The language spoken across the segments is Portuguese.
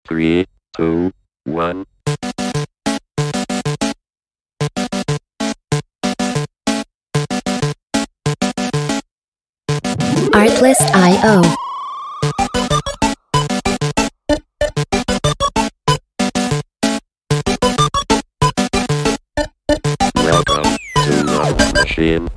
3, 2, 1. Artlist.io. Welcome to Love Machine.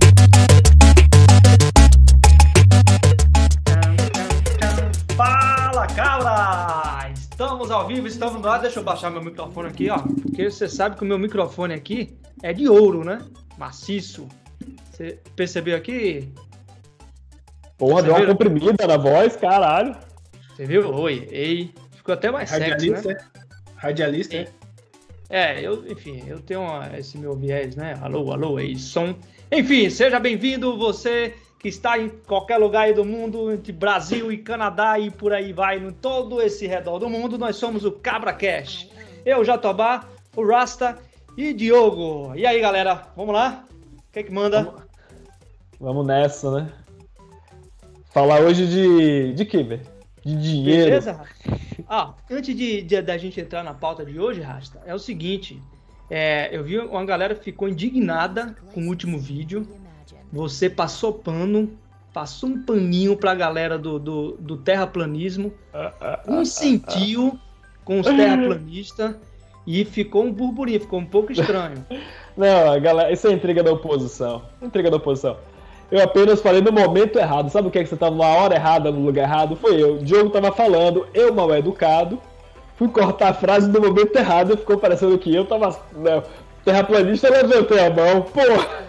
Fala, cabra! Estamos ao vivo, estamos no ar. Deixa eu baixar meu microfone aqui, ó. Porque você sabe que o meu microfone aqui é de ouro, né? Maciço. Você percebeu aqui? Porra, deu uma comprimida na voz, caralho. Você viu? Oi, ei. Ficou até mais sexy, né? Radialista. Enfim, eu tenho esse meu viés, né? Alô, ei, som. Enfim, seja bem-vindo, você que está em qualquer lugar aí do mundo, entre Brasil e Canadá e por aí vai, em todo esse redor do mundo. Nós somos o Cabra Cash. Eu, Jatobá, o Rasta e Diogo. E aí, galera, vamos lá? O que é que manda? Vamos nessa, né? Falar hoje de quê, velho? De dinheiro. Beleza? Antes da gente entrar na pauta de hoje, Rasta, é o seguinte. Eu vi uma galera que ficou indignada com o último vídeo. Você passou um paninho pra galera do terraplanismo, consentiu com os terraplanistas e ficou um burburinho, ficou um pouco estranho. Não, galera, isso é intriga da oposição. Eu apenas falei no momento errado. Sabe o que é que você tava na hora errada, no lugar errado? Foi eu. O Diogo tava falando, eu mal educado, fui cortar a frase no momento errado, ficou parecendo que eu tava... Não, terraplanista, levantei a mão, porra.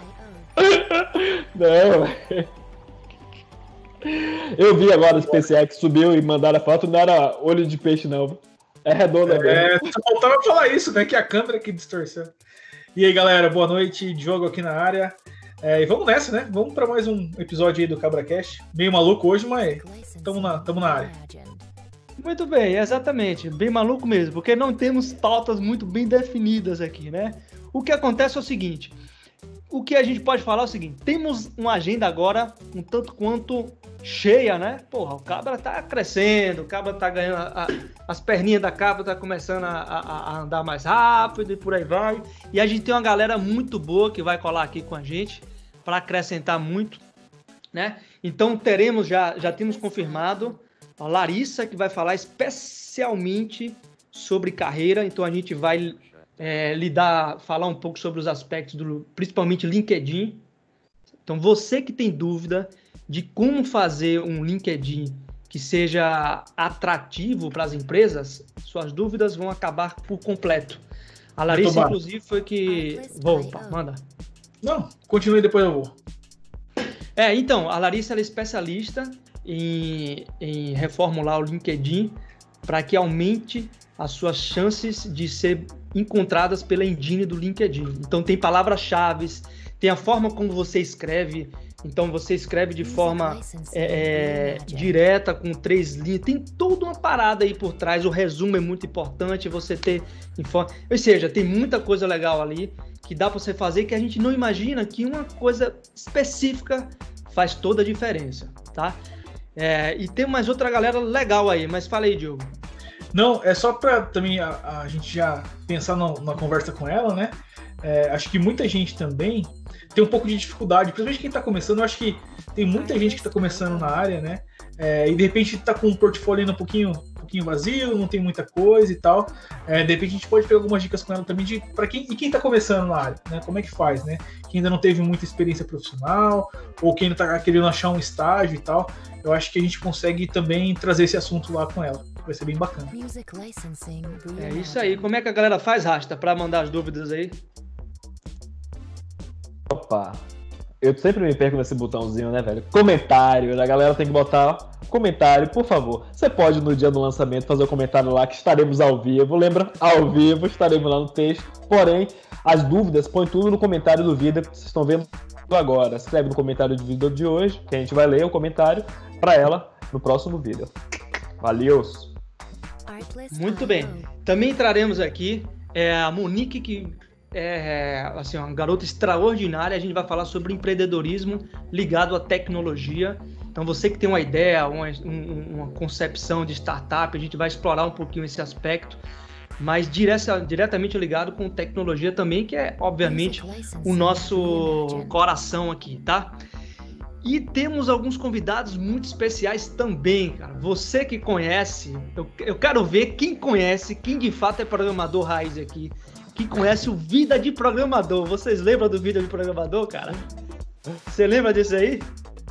Não. Eu vi agora o SpaceX subiu e mandaram a foto, não era olho de peixe, não. É redonda mesmo. Faltava falar isso, né? Que a câmera que distorceu. E aí, galera, boa noite. Diogo aqui na área. E vamos nessa, né? Vamos para mais um episódio aí do CabraCast. Meio maluco hoje, mas tamo na área. Muito bem, exatamente. Bem maluco mesmo, porque não temos pautas muito bem definidas aqui, né? O que acontece é o seguinte. O que a gente pode falar é o seguinte. Temos uma agenda agora um tanto quanto cheia, né? Porra, o cabra tá crescendo, o cabra tá ganhando... as perninhas da cabra tá começando a andar mais rápido e por aí vai. E a gente tem uma galera muito boa que vai colar aqui com a gente para acrescentar muito, né? Então teremos, já temos confirmado a Larissa, que vai falar especialmente sobre carreira. Então a gente vai falar um pouco sobre os aspectos principalmente LinkedIn. Então você que tem dúvida de como fazer um LinkedIn que seja atrativo para as empresas, suas dúvidas vão acabar por completo. A Larissa, inclusive, foi que... Manda. Não, continue, depois eu vou. Então, a Larissa ela é especialista em reformular o LinkedIn para que aumente as suas chances de ser encontradas pela engine do LinkedIn. Então, tem palavras-chave, tem a forma como você escreve. Então, você escreve de forma direta, com 3 linhas. Tem toda uma parada aí por trás. O resumo é muito importante, você ter... Ou seja, tem muita coisa legal ali que dá para você fazer que a gente não imagina que uma coisa específica faz toda a diferença, tá? E tem mais outra galera legal aí, mas fala aí, Diogo. Não, é só para também a gente já pensar na conversa com ela, né? Acho que muita gente também tem um pouco de dificuldade, principalmente quem está começando. Eu acho que tem muita gente que está começando na área, né? E de repente está com um portfólio ainda um pouquinho vazio, não tem muita coisa e tal. De repente a gente pode pegar algumas dicas com ela também para quem está começando na área, né? Como é que faz, né? Quem ainda não teve muita experiência profissional ou quem ainda está querendo achar um estágio e tal. Eu acho que a gente consegue também trazer esse assunto lá com ela. Vai ser bem bacana. É isso aí. Como é que a galera faz, Rasta, para mandar as dúvidas aí? Opa, eu sempre me perco nesse botãozinho, né, velho? Comentário, a galera tem que botar comentário, por favor. Você pode, no dia do lançamento, fazer o comentário lá que estaremos ao vivo. Lembra? Ao vivo, estaremos lá no texto. Porém, as dúvidas, põe tudo no comentário do vídeo que vocês estão vendo agora. Escreve no comentário do vídeo de hoje, que a gente vai ler o comentário para ela no próximo vídeo. Valeu! Muito bem. Também traremos aqui a Monique, que uma garota extraordinária. A gente vai falar sobre empreendedorismo ligado à tecnologia. Então você que tem uma ideia, uma concepção de startup, a gente vai explorar um pouquinho esse aspecto, mas diretamente ligado com tecnologia também, que é, obviamente, o nosso coração aqui, tá? E temos alguns convidados muito especiais também, cara. Você que conhece, eu quero ver quem conhece, quem de fato é programador raiz aqui, quem conhece o Vida de Programador. Vocês lembram do Vida de Programador, cara? Você lembra disso aí?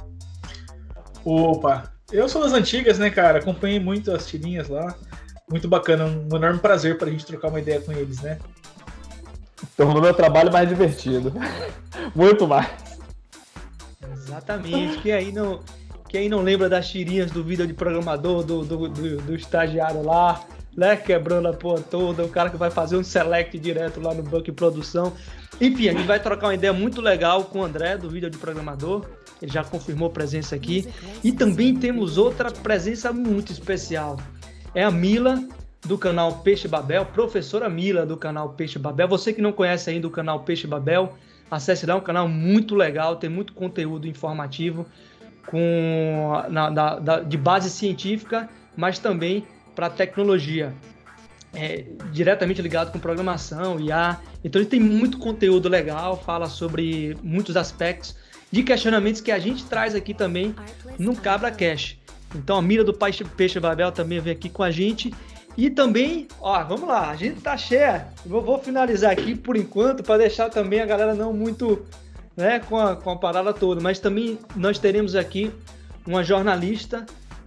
Opa, eu sou das antigas, né, cara? Acompanhei muito as tirinhas lá. Muito bacana, um enorme prazer pra gente trocar uma ideia com eles, né? Tornou meu trabalho mais divertido. Muito mais. Exatamente. Quem aí não lembra das tirinhas do Vida de Programador, do estagiário lá, né? Quebrando a porra toda, o cara que vai fazer um select direto lá no banco de produção. Enfim, a gente vai trocar uma ideia muito legal com o André, do Vida de Programador. Ele já confirmou presença aqui. E também temos outra presença muito especial. É a Mila, do canal Peixe Babel, professora Mila, do canal Peixe Babel. Você que não conhece ainda o canal Peixe Babel, acesse lá, é um canal muito legal, tem muito conteúdo informativo de base científica, mas também para tecnologia, diretamente ligado com programação, IA. Então ele tem muito conteúdo legal, fala sobre muitos aspectos de questionamentos que a gente traz aqui também no Cabra Cash. Então a Mira do Peixe Babel também vem aqui com a gente. E também, ó, vamos lá, a gente tá cheia. Vou finalizar aqui por enquanto, para deixar também a galera não muito, né, com a parada toda. Mas também nós teremos aqui uma jornalista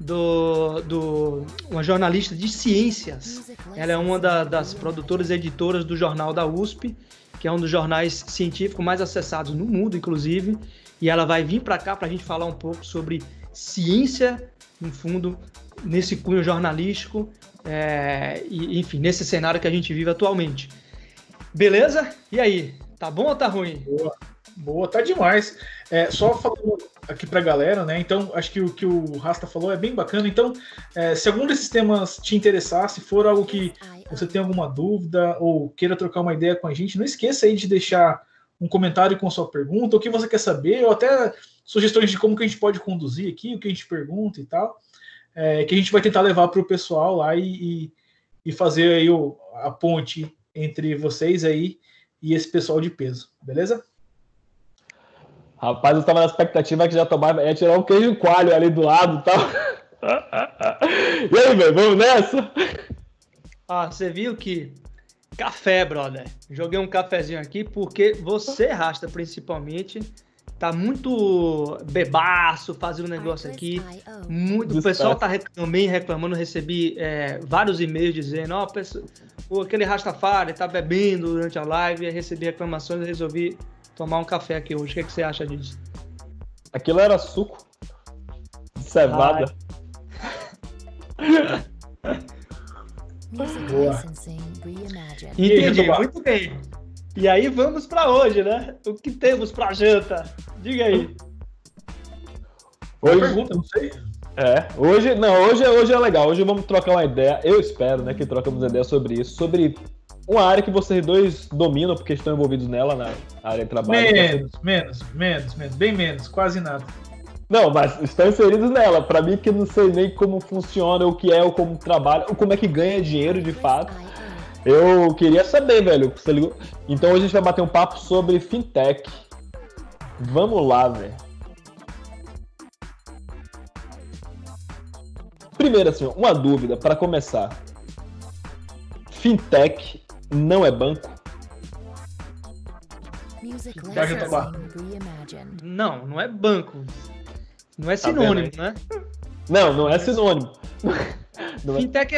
uma jornalista de ciências. Ela é uma das produtoras e editoras do Jornal da USP, que é um dos jornais científicos mais acessados no mundo, inclusive. E ela vai vir para cá para a gente falar um pouco sobre ciência, no fundo, nesse cunho jornalístico, e, enfim, nesse cenário que a gente vive atualmente. Beleza? E aí? Tá bom ou tá ruim? Boa, tá demais. Só falando aqui pra galera, né? Então, acho que o que o Rasta falou é bem bacana. Então, se algum desses temas te interessar, se for algo que você tem alguma dúvida ou queira trocar uma ideia com a gente, não esqueça aí de deixar um comentário com sua pergunta, o que você quer saber, ou até sugestões de como que a gente pode conduzir aqui, o que a gente pergunta e tal, que a gente vai tentar levar para o pessoal lá e fazer aí a ponte entre vocês aí e esse pessoal de peso, beleza? Rapaz, eu tava na expectativa que ia tirar um queijo coalho ali do lado e tal. E aí, velho, vamos nessa? Você viu que... Café, brother. Joguei um cafezinho aqui porque você, Rasta, principalmente, tá muito bebaço fazendo um negócio aqui. O pessoal tá também reclamando. Recebi vários e-mails dizendo: aquele Rastafari tá bebendo durante a live. Eu recebi reclamações e resolvi tomar um café aqui hoje. O que você acha disso? Aquilo era suco de cevada. Boa. Entendi, muito bem. E aí vamos para hoje, né? O que temos para janta? Diga aí. Hoje pergunta, não sei. Hoje é legal. Hoje vamos trocar uma ideia. Eu espero, né, que trocamos ideia sobre isso, sobre uma área que vocês dois dominam, porque estão envolvidos nela, na área de trabalho. Menos, bem menos, quase nada. Não, mas estão inseridos nela. Pra mim, que eu não sei nem como funciona, o que é, ou como trabalha, ou como é que ganha dinheiro de fato. Eu queria saber, velho. Então hoje a gente vai bater um papo sobre fintech. Vamos lá, velho. Primeiro, assim, uma dúvida para começar. Fintech não é banco? Não é banco. Não é sinônimo, né? Não é sinônimo. Fintech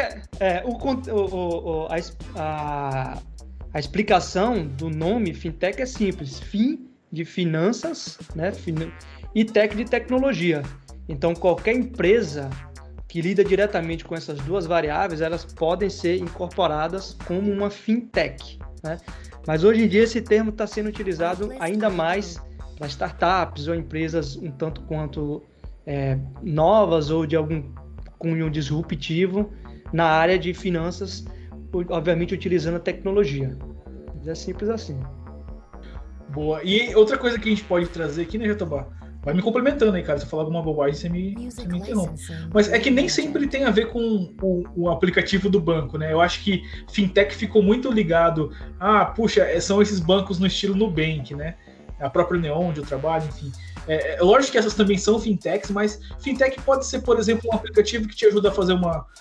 a explicação do nome fintech é simples. Fin de finanças, né? E tech de tecnologia. Então qualquer empresa que lida diretamente com essas duas variáveis, elas podem ser incorporadas como uma fintech, né? Mas hoje em dia esse termo está sendo utilizado ainda mais para startups ou empresas um tanto quanto novas ou de algum cunho disruptivo na área de finanças, obviamente utilizando a tecnologia. É simples assim. Boa. E outra coisa que a gente pode trazer aqui, né, Jatobá? Vai me complementando aí, cara. Se eu falar alguma bobagem, você me interrompe. Mas é que nem sempre tem a ver com o aplicativo do banco, né? Eu acho que fintech ficou muito ligado puxa, são esses bancos no estilo Nubank, né? A própria Neon, onde eu trabalho, enfim. Lógico que essas também são fintechs, mas fintech pode ser, por exemplo, um aplicativo que te ajuda a fazer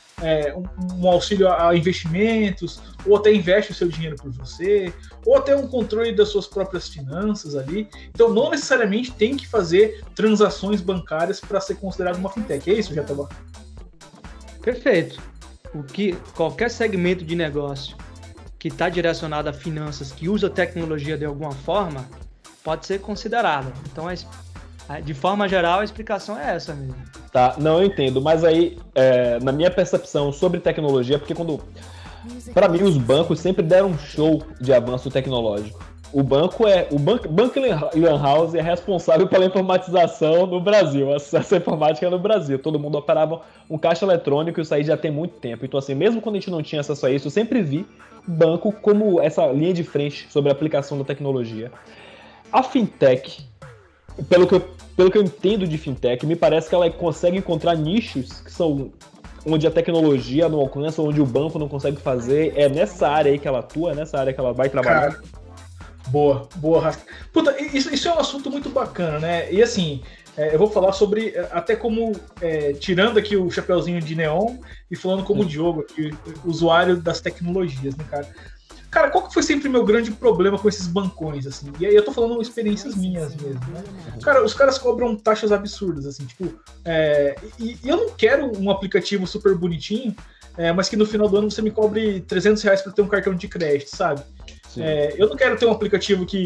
um auxílio a investimentos, ou até investe o seu dinheiro por você, ou até um controle das suas próprias finanças ali. Então, não necessariamente tem que fazer transações bancárias para ser considerado uma fintech. É isso, Jatobá? Perfeito. Qualquer segmento de negócio que está direcionado a finanças, que usa tecnologia de alguma forma, pode ser considerado. Então, de forma geral, a explicação é essa mesmo. Tá, não, eu entendo, mas aí, na minha percepção sobre tecnologia, porque para mim, os bancos sempre deram um show de avanço tecnológico. O banco Lan House é responsável pela informatização no Brasil, essa informática no Brasil. Todo mundo operava um caixa eletrônico e isso aí já tem muito tempo. Então, assim, mesmo quando a gente não tinha acesso a isso, eu sempre vi o banco como essa linha de frente sobre a aplicação da tecnologia. A fintech, pelo que eu entendo de fintech, me parece que ela consegue encontrar nichos que são onde a tecnologia não alcança, onde o banco não consegue fazer. É nessa área aí que ela atua, é nessa área que ela vai trabalhar. Cara, boa, Rasca. Puta, isso é um assunto muito bacana, né? E assim, eu vou falar sobre, até como, tirando aqui o chapeuzinho de Neon e falando como o Diogo, aqui, usuário das tecnologias, né, cara? Cara, qual que foi sempre o meu grande problema com esses bancões, assim? E aí eu tô falando experiências minhas mesmo, né? Cara, os caras cobram taxas absurdas, assim, tipo... E eu não quero um aplicativo super bonitinho, mas que no final do ano você me cobre R$300 para ter um cartão de crédito, sabe? Eu não quero ter um aplicativo que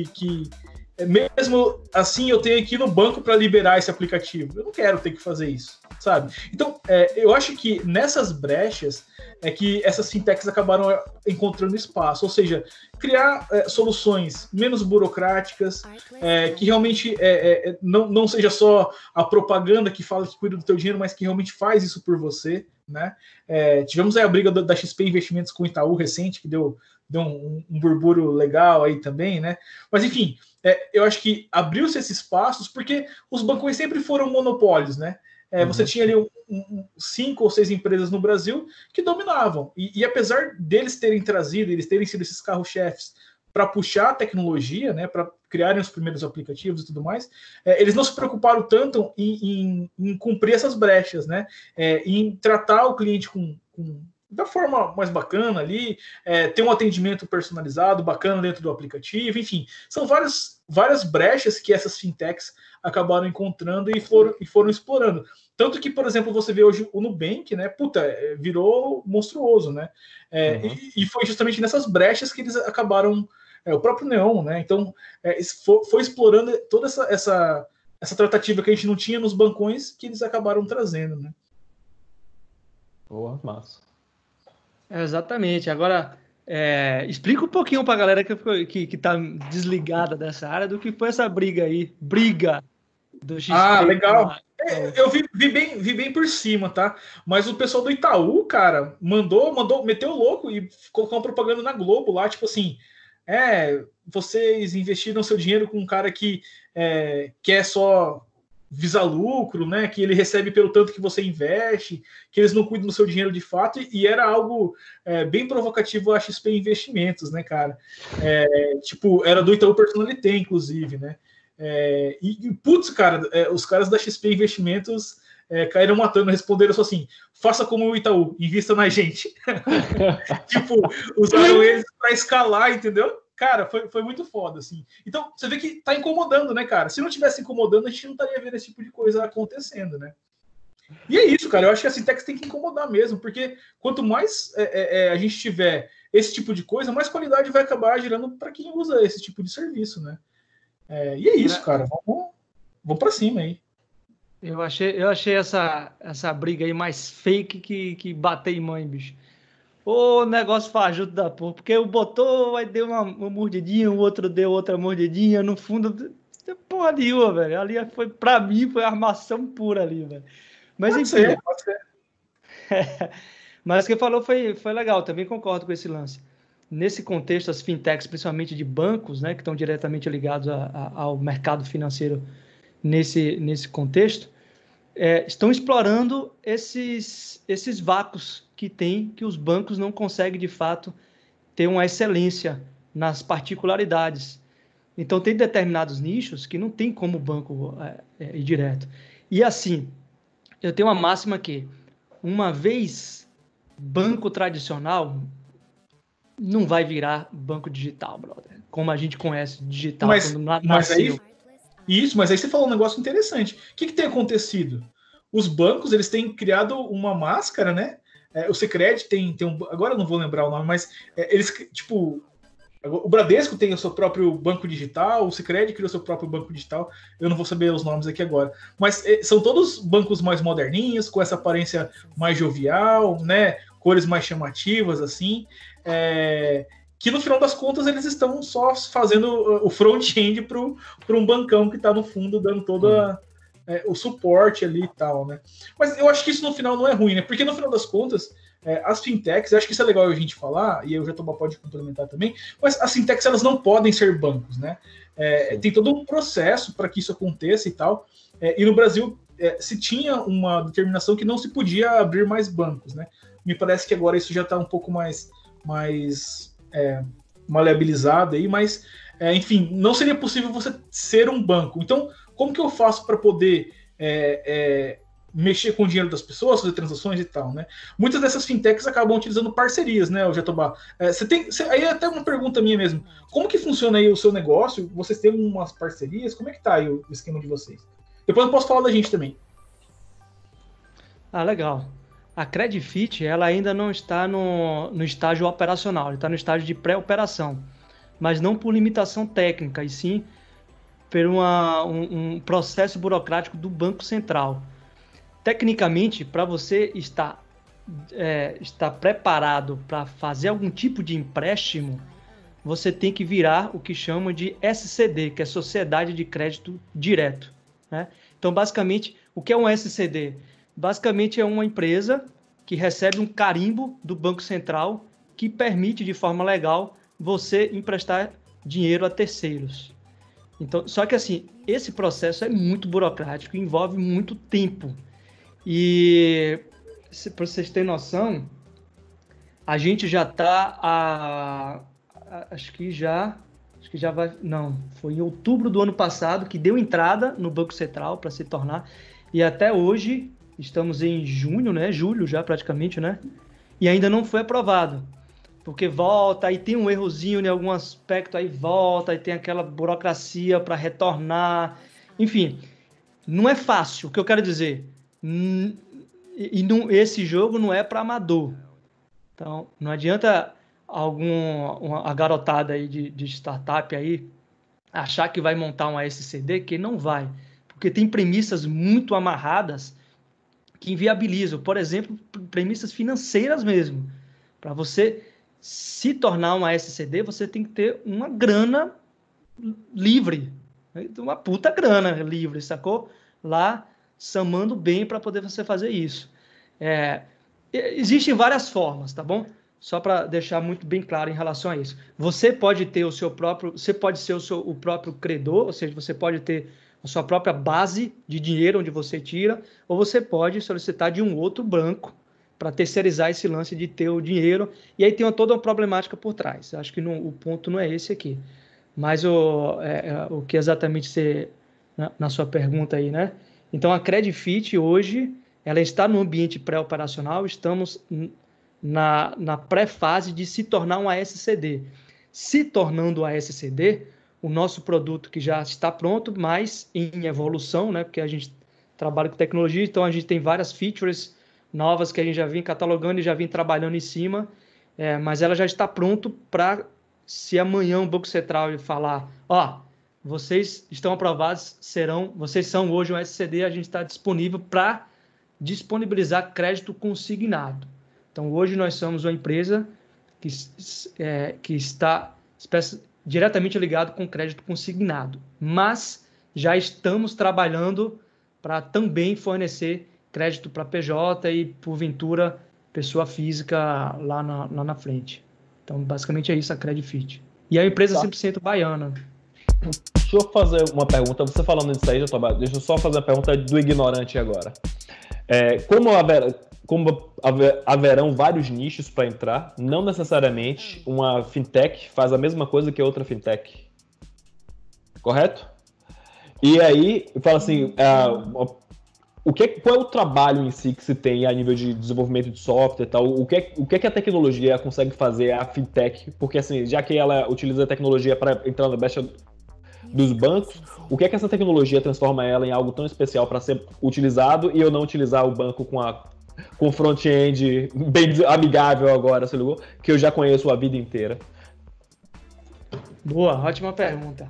mesmo assim eu tenho que ir no banco para liberar esse aplicativo. Eu não quero ter que fazer isso, sabe? Então, eu acho que nessas brechas é que essas fintechs acabaram encontrando espaço, ou seja, criar soluções menos burocráticas, que realmente não seja só a propaganda que fala que cuida do teu dinheiro, mas que realmente faz isso por você, né? Tivemos aí a briga da XP Investimentos com o Itaú recente, que deu um burburo legal aí também, né? Mas enfim, eu acho que abriu-se esses espaços porque os bancões sempre foram monopólios, né? Você tinha ali 5 ou 6 empresas no Brasil que dominavam. E apesar deles terem sido esses carro-chefes para puxar a tecnologia, né, para criarem os primeiros aplicativos e tudo mais, eles não se preocuparam tanto em cumprir essas brechas, né? Em tratar o cliente da forma mais bacana ali, ter um atendimento personalizado, bacana dentro do aplicativo, enfim, são várias brechas que essas fintechs acabaram encontrando e foram explorando. Tanto que, por exemplo, você vê hoje o Nubank, né, virou monstruoso, né, e foi justamente nessas brechas que eles acabaram, o próprio Neon, né, então foi explorando toda essa tratativa que a gente não tinha nos bancões que eles acabaram trazendo, né. Boa, massa. Exatamente. Agora, explica um pouquinho para a galera que está desligada dessa área do que foi essa briga aí. Briga do XP. Legal. Eu vi bem por cima, tá? Mas o pessoal do Itaú, cara, meteu o louco e colocou uma propaganda na Globo lá, tipo assim, vocês investiram seu dinheiro com um cara que quer só visa lucro, né? Que ele recebe pelo tanto que você investe, que eles não cuidam do seu dinheiro de fato, e era algo bem provocativo a XP Investimentos, né, cara? Tipo, era do Itaú Personalité, inclusive, né? Putz, cara, os caras da XP Investimentos caíram matando, responderam só assim: faça como o Itaú, invista na gente. Tipo, usaram eles para escalar, entendeu? Cara, foi muito foda, assim. Então, você vê que tá incomodando, né, cara? Se não tivesse incomodando, a gente não estaria vendo esse tipo de coisa acontecendo, né? E é isso, cara. Eu acho que a fintechs tem que incomodar mesmo, porque quanto mais a gente tiver esse tipo de coisa, mais qualidade vai acabar gerando para quem usa esse tipo de serviço, né? E é isso, cara. Vamos pra cima aí. Eu achei essa briga aí mais fake que bater em mãe, bicho. Ô, negócio fajuto da porra, porque o botou, aí deu uma mordidinha, o outro deu outra mordidinha, no fundo, porra nenhuma, velho. Ali pra mim, foi armação pura ali, velho. Mas enfim. Pode ser. Mas o que falou foi legal, também concordo com esse lance. Nesse contexto, as fintechs, principalmente de bancos, né, que estão diretamente ligados ao mercado financeiro nesse contexto, estão explorando esses vácuos que os bancos não conseguem, de fato, ter uma excelência nas particularidades. Então, tem determinados nichos que não tem como o banco ir direto. E assim, eu tenho uma máxima que, uma vez banco tradicional, não vai virar banco digital, brother. Como a gente conhece digital quando nasceu. Mas aí você falou um negócio interessante. O que tem acontecido? Os bancos, eles têm criado uma máscara, né? O Sicredi tem um... Agora eu não vou lembrar o nome, mas eles, tipo... O Bradesco tem o seu próprio banco digital, o Sicredi criou seu próprio banco digital. Eu não vou saber os nomes aqui agora. Mas são todos bancos mais moderninhos, com essa aparência mais jovial, né? Cores mais chamativas, assim. Que no final das contas eles estão só fazendo o front-end para um bancão que está no fundo, dando todo o suporte ali e tal, né? Mas eu acho que isso no final não é ruim, né? Porque no final das contas, as fintechs, eu acho que isso é legal a gente falar, e eu já pode complementar também, mas as fintechs elas não podem ser bancos, né? Tem todo um processo para que isso aconteça e tal, e no Brasil se tinha uma determinação que não se podia abrir mais bancos, né? Me parece que agora isso já está um pouco mais maleabilizado aí, mas enfim, não seria possível você ser um banco. Então, como que eu faço para poder mexer com o dinheiro das pessoas, fazer transações e tal, né? Muitas dessas fintechs acabam utilizando parcerias, né, o Jatobá? Aí é até uma pergunta minha mesmo. Como que funciona aí o seu negócio? Vocês têm umas parcerias? Como é que tá aí o esquema de vocês? Depois eu posso falar da gente também. Ah, legal. A Credifit, ela ainda não está no estágio operacional, ela está no estágio de pré-operação, mas não por limitação técnica, e sim por um processo burocrático do Banco Central. Tecnicamente, para você estar preparado para fazer algum tipo de empréstimo, você tem que virar o que chama de SCD, que é Sociedade de Crédito Direto, né? Então, basicamente, o que é um SCD? Basicamente, é uma empresa que recebe um carimbo do Banco Central que permite, de forma legal, você emprestar dinheiro a terceiros. Então, só que, assim, esse processo é muito burocrático, envolve muito tempo. E, para vocês terem noção, a gente já está acho que já vai... Não, foi em outubro do ano passado que deu entrada no Banco Central para se tornar. E até hoje, estamos em junho, né? Julho já praticamente, né? E ainda não foi aprovado. Porque volta, aí tem um errozinho em algum aspecto, aí volta, aí tem aquela burocracia para retornar. Enfim, não é fácil, o que eu quero dizer. Esse jogo não é para amador. Então, não adianta a garotada aí de startup aí achar que vai montar uma SCD, que não vai. Porque tem premissas muito amarradas que inviabilizam. Por exemplo, premissas financeiras mesmo. Para você se tornar uma SCD, você tem que ter uma grana livre. Uma puta grana livre, sacou? Lá, samando bem para poder você fazer isso. Existem várias formas, tá bom? Só para deixar muito bem claro em relação a isso. Você pode ter o seu próprio... Você pode ser o próprio credor, ou seja, você pode ter a sua própria base de dinheiro onde você tira, ou você pode solicitar de um outro banco para terceirizar esse lance de ter o dinheiro, e aí tem toda uma problemática por trás. Acho que o ponto não é esse aqui. Mas o que exatamente você... Na sua pergunta aí, né? Então, a Credifit hoje, ela está no ambiente pré-operacional, estamos na pré-fase de se tornar uma SCD. Se tornando a SCD, o nosso produto que já está pronto, mas em evolução, né? Porque a gente trabalha com tecnologia, então a gente tem várias features novas que a gente já vem catalogando e já vem trabalhando em cima, mas ela já está pronto para, se amanhã o Banco Central falar, vocês estão aprovados, vocês são hoje um SCD, a gente está disponível para disponibilizar crédito consignado. Então, hoje nós somos uma empresa que está diretamente ligado com crédito consignado, mas já estamos trabalhando para também fornecer crédito para PJ e, porventura, pessoa física lá na frente. Então, basicamente é isso a Credifit. E é uma empresa 100% baiana. Deixa eu fazer uma pergunta. Você falando disso aí, Jatobá, deixa eu só fazer a pergunta do ignorante agora. Como haverão vários nichos para entrar, não necessariamente uma fintech faz a mesma coisa que outra fintech. Correto? E aí, eu falo assim, qual é o trabalho em si que se tem a nível de desenvolvimento de software e tal? O que é que a tecnologia consegue fazer a fintech? Porque assim, já que ela utiliza a tecnologia para entrar na brecha dos bancos, o que é que essa tecnologia transforma ela em algo tão especial para ser utilizado e eu não utilizar o banco com front-end bem amigável agora, se ligou? Que eu já conheço a vida inteira. Boa, ótima pergunta.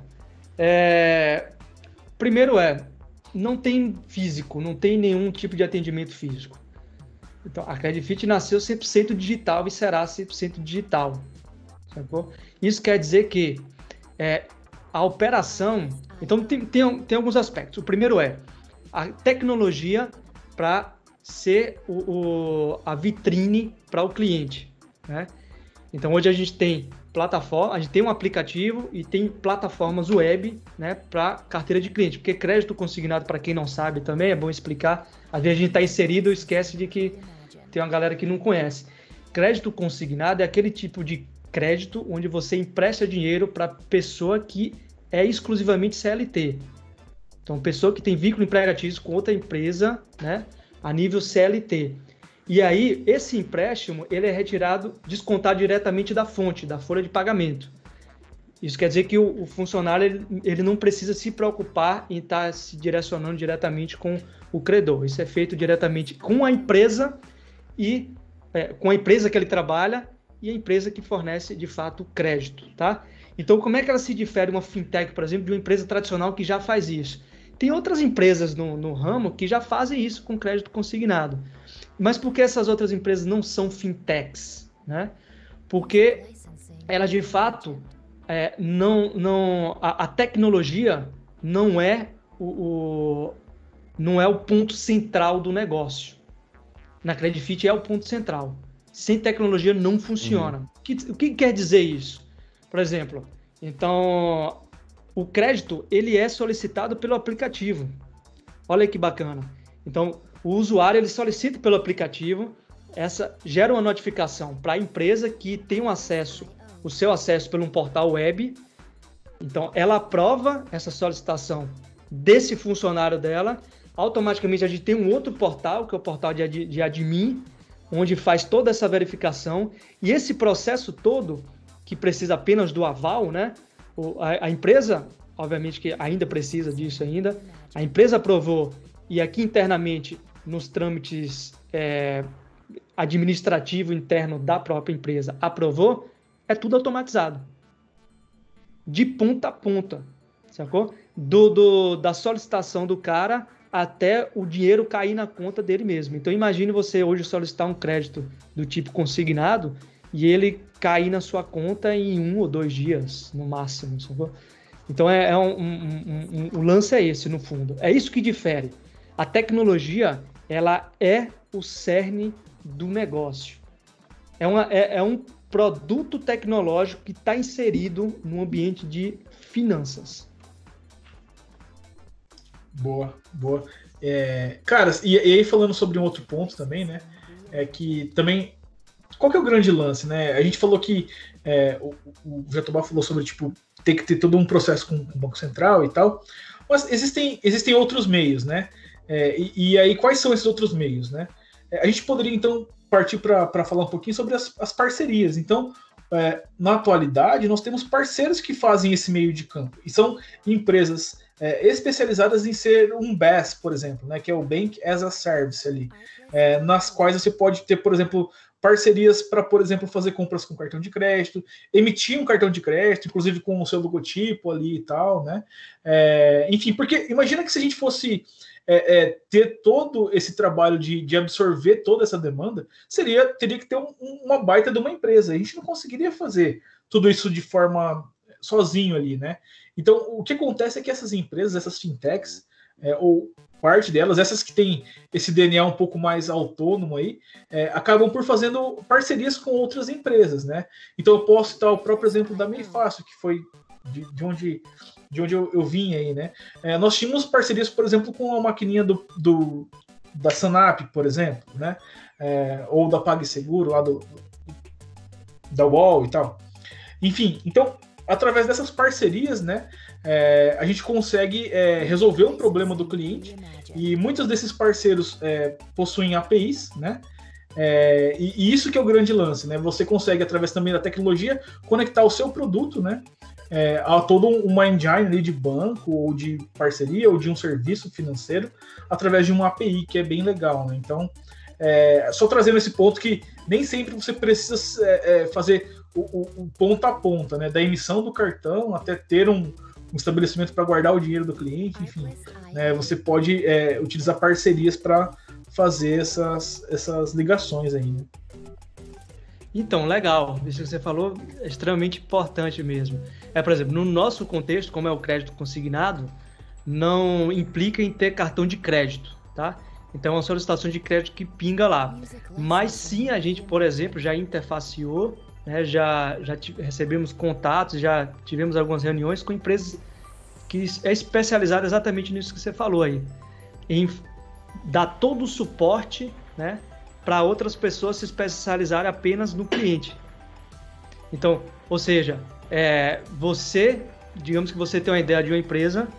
Primeiro não tem físico, não tem nenhum tipo de atendimento físico. Então, a Credifit nasceu 100% digital e será 100% digital. Sacou? Isso quer dizer que a operação... Então, tem alguns aspectos. O primeiro a tecnologia para ser a vitrine para o cliente, né? Então, hoje a gente tem plataforma, a gente tem um aplicativo e tem plataformas web, né, para carteira de cliente, porque crédito consignado, para quem não sabe também, é bom explicar, às vezes a gente está inserido e esquece de que tem uma galera que não conhece. Crédito consignado é aquele tipo de crédito onde você empresta dinheiro para pessoa que é exclusivamente CLT. Então, pessoa que tem vínculo empregatício com outra empresa, né, a nível CLT. E aí, esse empréstimo, ele é descontado diretamente da fonte, da folha de pagamento. Isso quer dizer que o funcionário ele não precisa se preocupar em estar se direcionando diretamente com o credor. Isso é feito diretamente com a empresa e com a empresa que ele trabalha e a empresa que fornece, de fato, crédito, tá? Então, como é que ela se difere uma fintech, por exemplo, de uma empresa tradicional que já faz isso? Tem outras empresas no ramo que já fazem isso com crédito consignado. Mas por que essas outras empresas não são fintechs, né? Porque elas, de fato, a tecnologia não é o ponto central do negócio. Na Credifit é o ponto central. Sem tecnologia não funciona. O que quer dizer isso? Por exemplo, então, o crédito ele é solicitado pelo aplicativo. Olha que bacana. Então, o usuário ele solicita pelo aplicativo, gera uma notificação para a empresa que tem o seu acesso pelo um portal web. Então, ela aprova essa solicitação desse funcionário dela. Automaticamente, a gente tem um outro portal, que é o portal de admin, onde faz toda essa verificação. E esse processo todo, que precisa apenas do aval, né? A empresa, obviamente que ainda precisa disso ainda, a empresa aprovou e aqui internamente, nos trâmites administrativo interno da própria empresa, aprovou, é tudo automatizado. De ponta a ponta, sacou? Da solicitação do cara até o dinheiro cair na conta dele mesmo. Então imagine você hoje solicitar um crédito do tipo consignado e ele cair na sua conta em 1 ou 2 dias, no máximo, sacou? Então o lance é esse, no fundo. É isso que difere. A tecnologia, ela é o cerne do negócio. É um produto tecnológico que está inserido no ambiente de finanças. Boa. Cara, e aí falando sobre um outro ponto também, né? É que também... Qual que é o grande lance, né? A gente falou que o Jatobá falou sobre, tipo, ter que ter todo um processo com o Banco Central e tal, mas existem outros meios, né? E aí, quais são esses outros meios, né? A gente poderia, então, partir para falar um pouquinho sobre as parcerias. Então, na atualidade, nós temos parceiros que fazem esse meio de campo, e são empresas especializadas em ser um BaaS, por exemplo, né? Que é o Bank as a Service ali, nas quais você pode ter, por exemplo, parcerias para, por exemplo, fazer compras com cartão de crédito, emitir um cartão de crédito, inclusive com o seu logotipo ali e tal, né? Enfim, porque imagina que se a gente fosse ter todo esse trabalho de absorver toda essa demanda, teria que ter uma baita de uma empresa. A gente não conseguiria fazer tudo isso de forma sozinho ali, né? Então, o que acontece é que essas empresas, essas fintechs, ou parte delas, essas que têm esse DNA um pouco mais autônomo aí, acabam por fazendo parcerias com outras empresas, né? Então eu posso citar o próprio exemplo da Meifácil, que foi de onde eu vim aí, né? Nós tínhamos parcerias, por exemplo, com a maquininha da Sanap, por exemplo, né? Ou da PagSeguro, lá da UOL e tal. Enfim, então, através dessas parcerias, né, a gente consegue resolver o problema do cliente, e muitos desses parceiros possuem APIs, né? E isso que é o grande lance, né? Você consegue, através também da tecnologia, conectar o seu produto, né, a todo uma engine ali de banco, ou de parceria, ou de um serviço financeiro, através de uma API, que é bem legal, né? Então, só trazendo esse ponto que nem sempre você precisa fazer o ponta a ponta, né? Da emissão do cartão até ter um estabelecimento para guardar o dinheiro do cliente, enfim. Você pode utilizar parcerias para fazer essas ligações aí, né? Então, legal. Isso que você falou é extremamente importante mesmo. Por exemplo, no nosso contexto, como é o crédito consignado, não implica em ter cartão de crédito, tá? Então, é uma solicitação de crédito que pinga lá. Mas sim, a gente, por exemplo, já interfaceou, né, já recebemos contatos, já tivemos algumas reuniões com empresas que é especializada exatamente nisso que você falou aí, em dar todo o suporte, né, para outras pessoas se especializarem apenas no cliente. Então, ou seja, digamos que você tem uma ideia de uma empresa,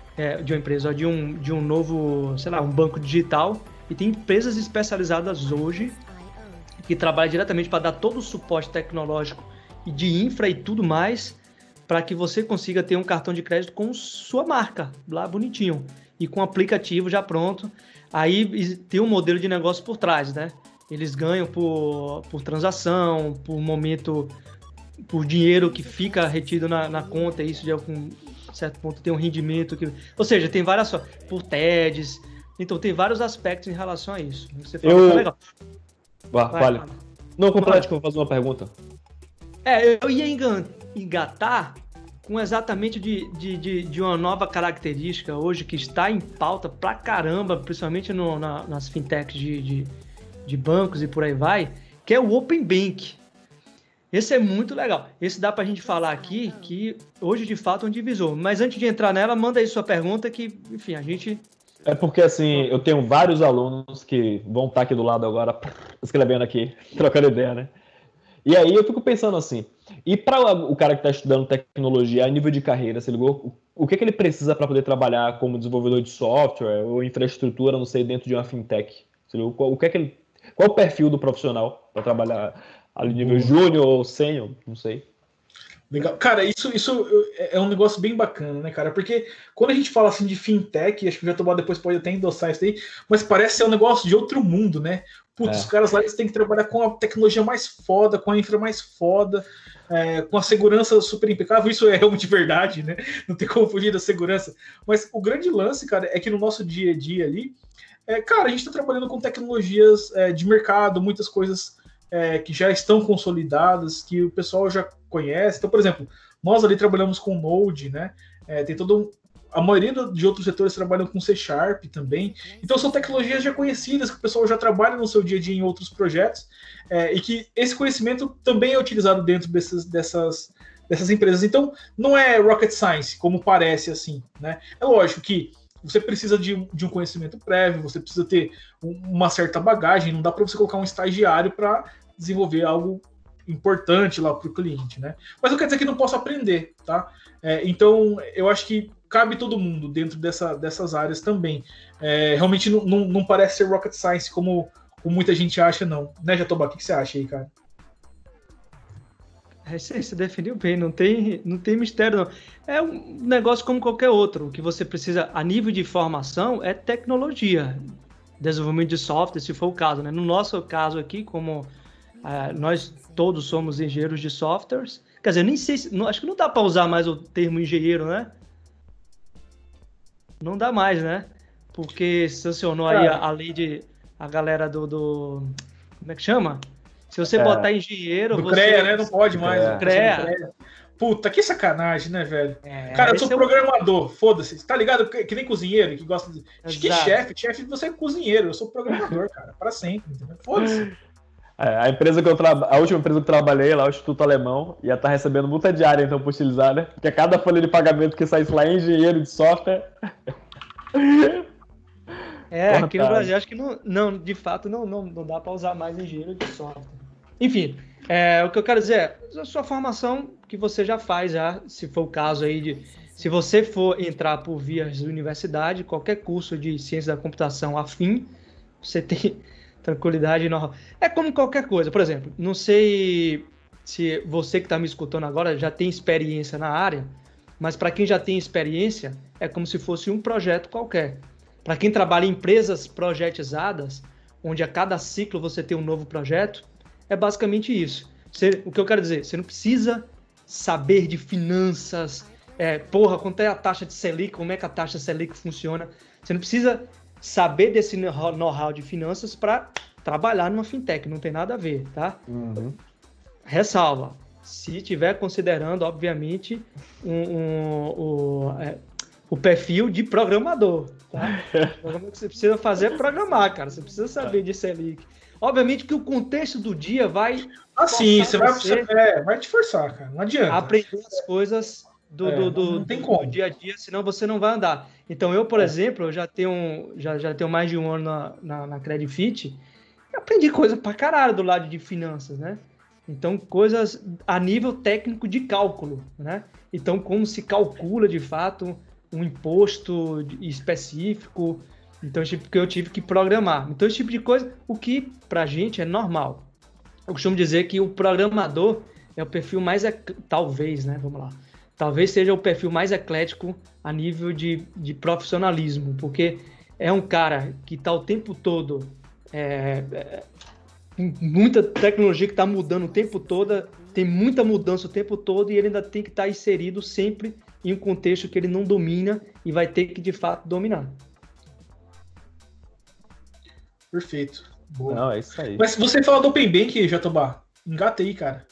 de um novo, sei lá, um banco digital, e tem empresas especializadas hoje que trabalham diretamente para dar todo o suporte tecnológico e de infra e tudo mais, para que você consiga ter um cartão de crédito com sua marca, lá bonitinho, e com o aplicativo já pronto. Aí tem um modelo de negócio por trás, né? Eles ganham por transação, por momento, por dinheiro que fica retido na conta, isso já com certo ponto tem um rendimento, ou seja, tem várias, por TEDs, então tem vários aspectos em relação a isso. Você falou que tá legal. Vale. Não, complete que eu vou fazer uma pergunta. Eu ia engatar com exatamente de uma nova característica hoje que está em pauta pra caramba, principalmente nas fintechs de bancos e por aí vai, que é o Open Bank. Esse é muito legal. Esse dá pra gente falar aqui, que hoje de fato é um divisor. Mas antes de entrar nela, manda aí sua pergunta que, enfim, a gente... É porque, assim, eu tenho vários alunos que vão estar aqui do lado agora, escrevendo aqui, trocando ideia, né? E aí eu fico pensando assim, e para o cara que está estudando tecnologia a nível de carreira, se ligou? O que ele precisa para poder trabalhar como desenvolvedor de software ou infraestrutura, não sei, dentro de uma fintech? Se ligou? Qual o perfil do profissional para trabalhar ali nível júnior ou sênior, não sei. Legal. Cara, isso é um negócio bem bacana, né, cara? Porque quando a gente fala assim de fintech, acho que o Jatobá depois pode até endossar isso aí, mas parece ser um negócio de outro mundo, né? Putz, os caras lá eles têm que trabalhar com a tecnologia mais foda, com a infra mais foda, com a segurança super impecável. Isso é realmente verdade, né? Não tem como fugir da segurança. Mas o grande lance, cara, é que no nosso dia a dia ali, cara, a gente está trabalhando com tecnologias de mercado, muitas coisas que já estão consolidadas, que o pessoal já conhece. Então, por exemplo, nós ali trabalhamos com Node, né? Tem a maioria de outros setores trabalham com C# também. Então, são tecnologias já conhecidas, que o pessoal já trabalha no seu dia a dia em outros projetos, e que esse conhecimento também é utilizado dentro dessas empresas. Então, não é rocket science, como parece assim, né? É lógico que você precisa de um conhecimento prévio, você precisa ter uma certa bagagem, não dá para você colocar um estagiário para desenvolver algo importante lá para o cliente, né? Mas não quer dizer que não possa aprender, tá? Então, eu acho que cabe todo mundo dentro dessas áreas também. Realmente não parece ser rocket science como muita gente acha, não. Né, Jatobá? O que você acha aí, cara? Você definiu bem, não tem mistério, não. É um negócio como qualquer outro. O que você precisa, a nível de formação, é tecnologia. Desenvolvimento de software, se for o caso, né? No nosso caso aqui, como nós todos somos engenheiros de softwares, quer dizer, nem sei acho que não dá para usar mais o termo engenheiro, né? Não dá mais, né? Porque sancionou aí a lei a galera do como é que chama? Se você botar engenheiro... Do CREA, né? Não pode mais. Do CREA. Puta, que sacanagem, né, velho? Cara, eu sou programador, foda-se. Tá ligado? Que nem cozinheiro, que gosta de... Que chefe, você é cozinheiro, eu sou programador, cara, para sempre. Foda-se. A empresa que a última empresa que eu trabalhei lá, o Instituto Alemão, ia estar recebendo multa diária, então, por utilizar, né? Porque cada folha de pagamento que saísse lá é engenheiro de software. Aqui no Brasil acho que não, de fato não dá para usar mais engenheiro de software. Enfim, o que eu quero dizer é a sua formação que você já faz, se for o caso aí se você for entrar por vias de universidade, qualquer curso de ciência da computação afim, você tem tranquilidade normal. É como qualquer coisa, por exemplo, não sei se você que está me escutando agora já tem experiência na área, mas para quem já tem experiência, é como se fosse um projeto qualquer. Para quem trabalha em empresas projetizadas, onde a cada ciclo você tem um novo projeto, é basicamente isso. O que eu quero dizer, você não precisa saber de finanças, quanto é a taxa de Selic, como é que a taxa Selic funciona. Você não precisa saber desse know-how de finanças para trabalhar numa fintech, não tem nada a ver, tá? Uhum. Ressalva, se estiver considerando, obviamente, o perfil de programador, tá? O que você precisa fazer é programar, cara. Você precisa saber de Selic. Obviamente que o contexto do dia vai... Sim, vai te forçar, cara. Não adianta. Aprender as coisas do dia a dia, senão você não vai andar. Então, eu, por exemplo, eu já tenho mais de um ano na Credifit, e aprendi coisa pra caralho do lado de finanças, né? Então, coisas a nível técnico de cálculo, né? Então, como se calcula, de fato, um imposto específico, então que eu tive que programar. Então, esse tipo de coisa, o que pra gente é normal. Eu costumo dizer que o programador é o perfil mais... Talvez, né? Vamos lá. Talvez seja o perfil mais eclético a nível de profissionalismo, porque é um cara que está o tempo todo... muita tecnologia que está mudando o tempo todo, tem muita mudança o tempo todo e ele ainda tem que estar inserido sempre em um contexto que ele não domina e vai ter que, de fato, dominar. Perfeito. Boa. Não, é isso aí. Mas você fala do Open Bank, Jatobá, engata aí, cara.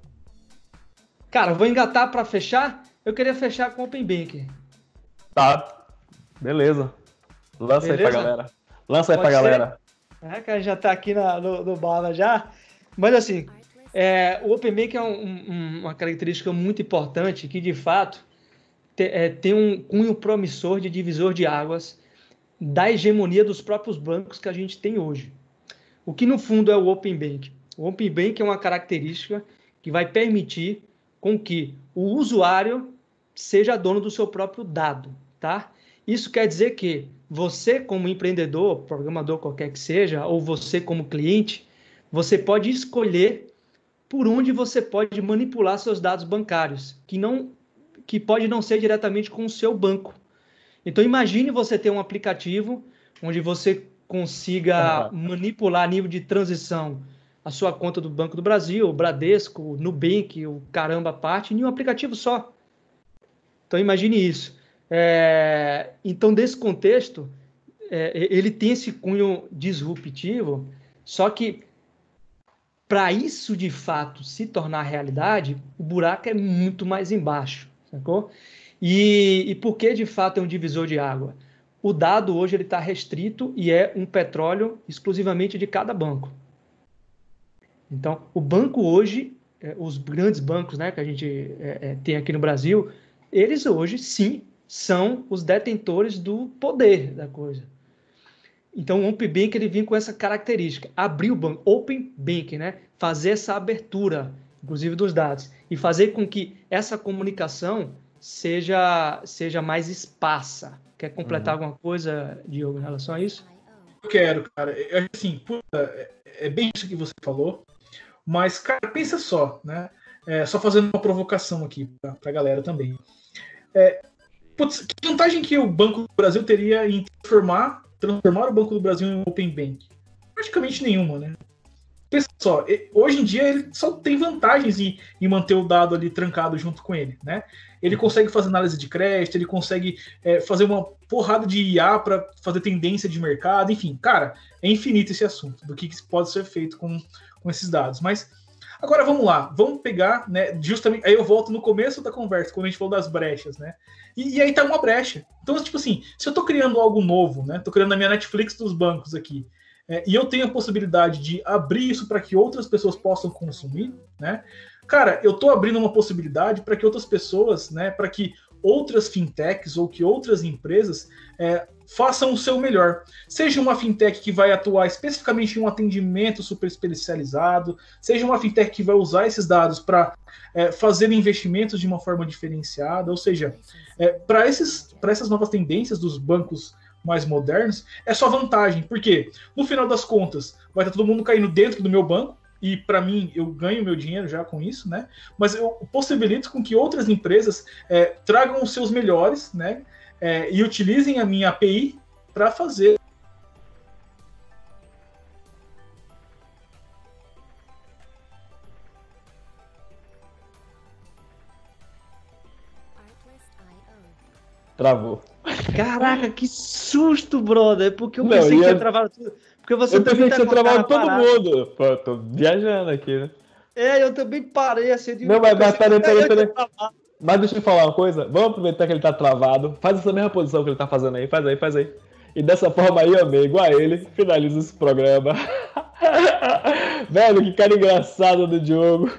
Cara, vou engatar para fechar. Eu queria fechar com o Open Bank. Tá, beleza. Lança aí pra galera. Lança aí pra galera. Cara, já tá aqui no Bala já. Mas assim, o Open Bank é uma característica muito importante que, de fato, tem um cunho promissor de divisor de águas da hegemonia dos próprios bancos que a gente tem hoje. O que, no fundo, é o Open Bank? O Open Bank é uma característica que vai permitir com que o usuário seja dono do seu próprio dado, tá? Isso quer dizer que você, como empreendedor, programador qualquer que seja, ou você como cliente, você pode escolher por onde você pode manipular seus dados bancários, que pode não ser diretamente com o seu banco. Então, imagine você ter um aplicativo onde você consiga manipular a nível de transição a sua conta do Banco do Brasil, o Bradesco, o Nubank, o caramba parte, em um aplicativo só. Então, imagine isso. Então, desse contexto, ele tem esse cunho disruptivo, só que para isso, de fato, se tornar realidade, o buraco é muito mais embaixo, sacou? E por que, de fato, é um divisor de água? O dado hoje está restrito e é um petróleo exclusivamente de cada banco. Então, o banco hoje, os grandes bancos, né, que a gente tem aqui no Brasil, eles hoje, sim, são os detentores do poder da coisa. Então, o Open Bank ele vem com essa característica, abrir o banco, Open Bank, né, fazer essa abertura, inclusive dos dados, e fazer com que essa comunicação seja mais esparsa. Quer completar alguma coisa, Diogo, em relação a isso? Eu quero, cara. Assim, é bem isso que você falou. Mas, cara, pensa só, né? Só fazendo uma provocação aqui pra galera também. Que vantagem que o Banco do Brasil teria em transformar o Banco do Brasil em um Open Bank? Praticamente nenhuma, né? Pensa só, hoje em dia ele só tem vantagens em manter o dado ali trancado junto com ele, né? Ele consegue fazer análise de crédito, ele consegue fazer uma porrada de IA para fazer tendência de mercado, enfim, cara, é infinito esse assunto do que pode ser feito com esses dados. Mas agora vamos lá, vamos pegar, né? Justamente aí eu volto no começo da conversa, quando a gente falou das brechas, né? E aí tá uma brecha. Então, tipo assim, se eu tô criando algo novo, né? Tô criando a minha Netflix dos bancos aqui. e eu tenho a possibilidade de abrir isso para que outras pessoas possam consumir, né? Cara, eu estou abrindo uma possibilidade para que outras pessoas, né, para que outras fintechs ou que outras empresas façam o seu melhor. Seja uma fintech que vai atuar especificamente em um atendimento super especializado, seja uma fintech que vai usar esses dados para fazer investimentos de uma forma diferenciada, ou seja, para essas novas tendências dos bancos mais modernos, é só vantagem, porque no final das contas vai estar todo mundo caindo dentro do meu banco, e para mim eu ganho meu dinheiro já com isso, né? Mas eu possibilito com que outras empresas tragam os seus melhores, né? E utilizem a minha API para fazer. Travou. Caraca, que susto, brother. Porque eu Não, pensei que e tinha eu- travado tudo. Porque você Eu pensei também que tá você com a cara travava todo parada. mundo. Pô, tô viajando aqui, né? Eu também parei assim. Eu digo, Não, mas eu pensei que peraí. eu tinha travado. Mas deixa eu falar uma coisa. Vamos aproveitar que ele tá travado. Faz essa mesma posição que ele tá fazendo aí. Faz aí. E dessa forma aí, amigo, a ele, finaliza esse programa. Velho, que cara engraçado do Diogo.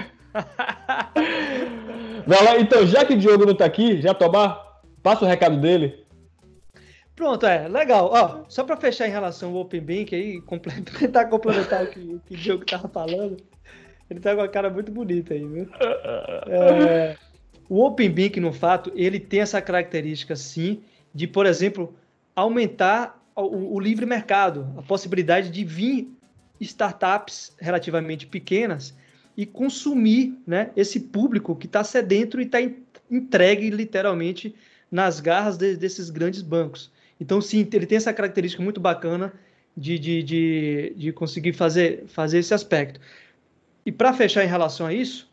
Vai lá, então, já que o Diogo não tá aqui, já tomar, passa o recado dele. Pronto, legal. Ó, só para fechar em relação ao Open Bank aí, tentar complementar o que o Diogo tava falando, ele tá com uma cara muito bonita aí, viu? O Open Bank, no fato, ele tem essa característica, sim, de, por exemplo, aumentar o livre mercado, a possibilidade de vir startups relativamente pequenas e consumir, né, esse público que está sedento e está entregue literalmente nas garras desses grandes bancos. Então, sim, ele tem essa característica muito bacana de conseguir fazer esse aspecto. E para fechar em relação a isso,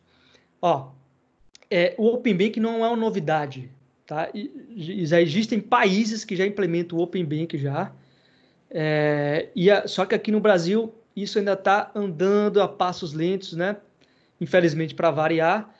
o Open Bank não é uma novidade, tá? Já existem países que já implementam o Open Bank já, só que aqui no Brasil isso ainda está andando a passos lentos, né? Infelizmente, para variar,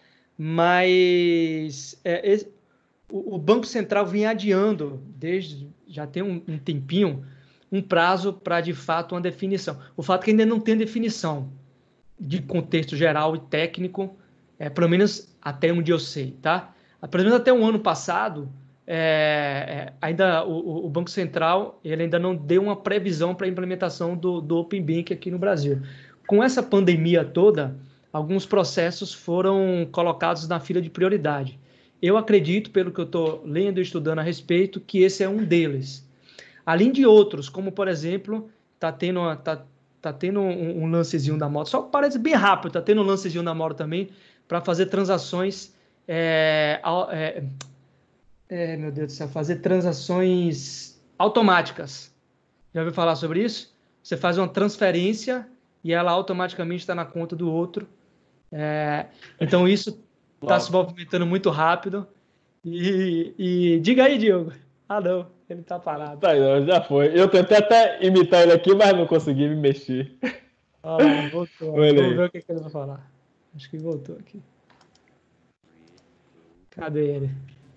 mas o Banco Central vem adiando, já tem um tempinho, um prazo para, de fato, uma definição. O fato é que ainda não tem definição de contexto geral e técnico, pelo menos até onde eu sei, tá? Pelo menos até o ano passado, ainda o Banco Central ele ainda não deu uma previsão para a implementação do Open Bank aqui no Brasil. Com essa pandemia toda, alguns processos foram colocados na fila de prioridade. Eu acredito, pelo que eu estou lendo e estudando a respeito, que esse é um deles. Além de outros, como, por exemplo, está tendo um lancezinho da Moro, só parece bem rápido, está tendo um lancezinho da Moro também, para fazer transações... meu Deus do céu, fazer transações automáticas. Já ouviu falar sobre isso? Você faz uma transferência e ela automaticamente está na conta do outro. Então isso está se movimentando muito rápido. E diga aí, Diogo. Ah, não, ele está parado. Tá, já foi. Eu tentei até imitar ele aqui, mas não consegui me mexer. Voltou. Olha aí. Vamos ver o que ele vai falar. Acho que voltou aqui. Cadê ele?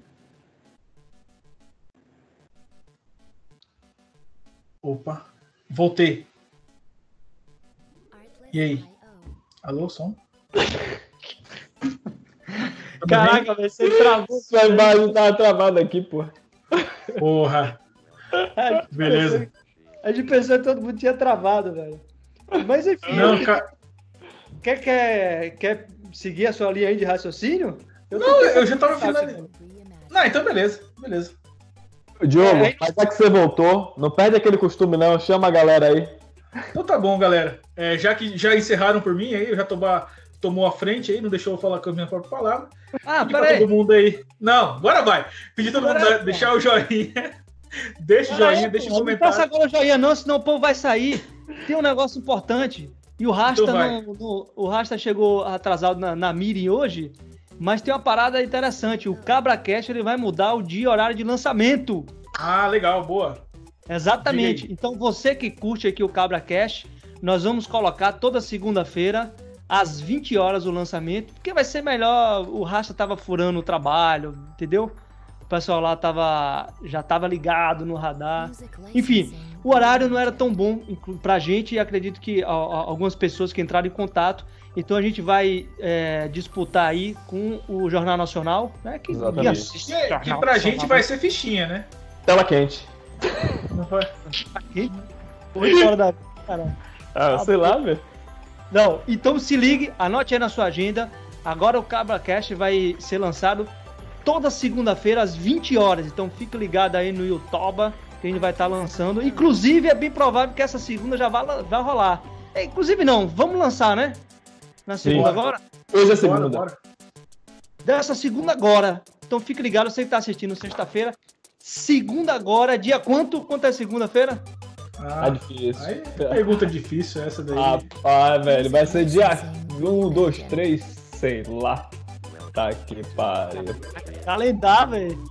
Opa, voltei. E aí? Alô, som? Caraca, você travou. Sua imagem tava travada aqui, pô. Porra. Beleza. A gente pensou que todo mundo tinha travado, velho. Mas enfim, Não, cara. quer seguir a sua linha aí de raciocínio? Não, eu já tava finalizando. Não, então beleza. Diogo, mas já que você voltou, não perde aquele costume não, chama a galera aí. Então tá bom, galera. Já que já encerraram por mim aí, eu já tomou a frente aí, não deixou eu falar com a minha própria palavra. Pedi pra todo mundo aí. Não, agora vai. Pedi todo mundo deixar o joinha. Deixa o joinha, deixa o Não comentário. passa agora o joinha não, senão o povo vai sair. Tem um negócio importante. E o Rasta, Então o Rasta chegou atrasado na meeting hoje, mas tem uma parada interessante. O CabraCast ele vai mudar o dia e horário de lançamento. Ah, legal, boa. Exatamente. Então você que curte aqui o CabraCast, nós vamos colocar toda segunda-feira às 20 horas o lançamento, porque vai ser melhor. O Rasta tava furando o trabalho, entendeu? O pessoal lá já tava ligado no radar. Enfim, O horário não era tão bom pra gente e acredito que algumas pessoas que entraram em contato. Então a gente vai disputar aí com o Jornal Nacional, né? Que Exatamente. assiste Que Jornal pra Nacional. gente vai ser fichinha, né? Tela quente. Não vai. Aqui, 8 horas da... Caramba. Sei lá, velho. Não, então se ligue, anote aí na sua agenda. Agora o CabraCast vai ser lançado toda segunda-feira às 20 horas. Então fique ligado aí no YouTube, que a gente vai estar lançando. Inclusive é bem provável que essa segunda já vai rolar. Inclusive não, vamos lançar, né? Na segunda Sim. agora? Hoje é segunda. Bora. Dessa segunda agora. Então fique ligado, você que tá assistindo sexta-feira. Segunda agora, dia quanto? Quanto é segunda-feira? Tá difícil. Aí, pergunta difícil essa daí. Rapaz, velho, vai ser dia 1, 2, 3, sei lá. Tá que pariu. Calendário, velho.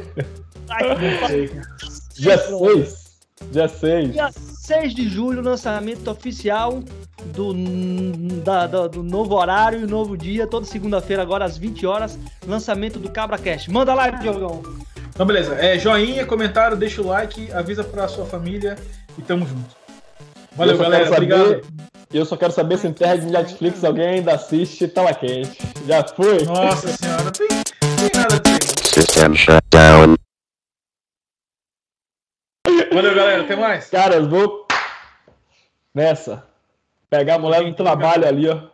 Dia 6. Dia 6. Dia 6 de julho, lançamento oficial do novo horário e novo dia, toda segunda-feira, agora às 20 horas, lançamento do CabraCast. Manda lá, Diogão. Então, beleza. Joinha, comentário, deixa o like, avisa pra sua família e tamo junto. Valeu, galera. Obrigado. Eu só quero saber se em terra de Netflix alguém ainda assiste Tela Quente. Já foi? Nossa senhora, não tem nada disso. System shut down. Valeu, galera. Até mais. Cara, eu vou nessa. Pegar a mulher no trabalho ali, ó.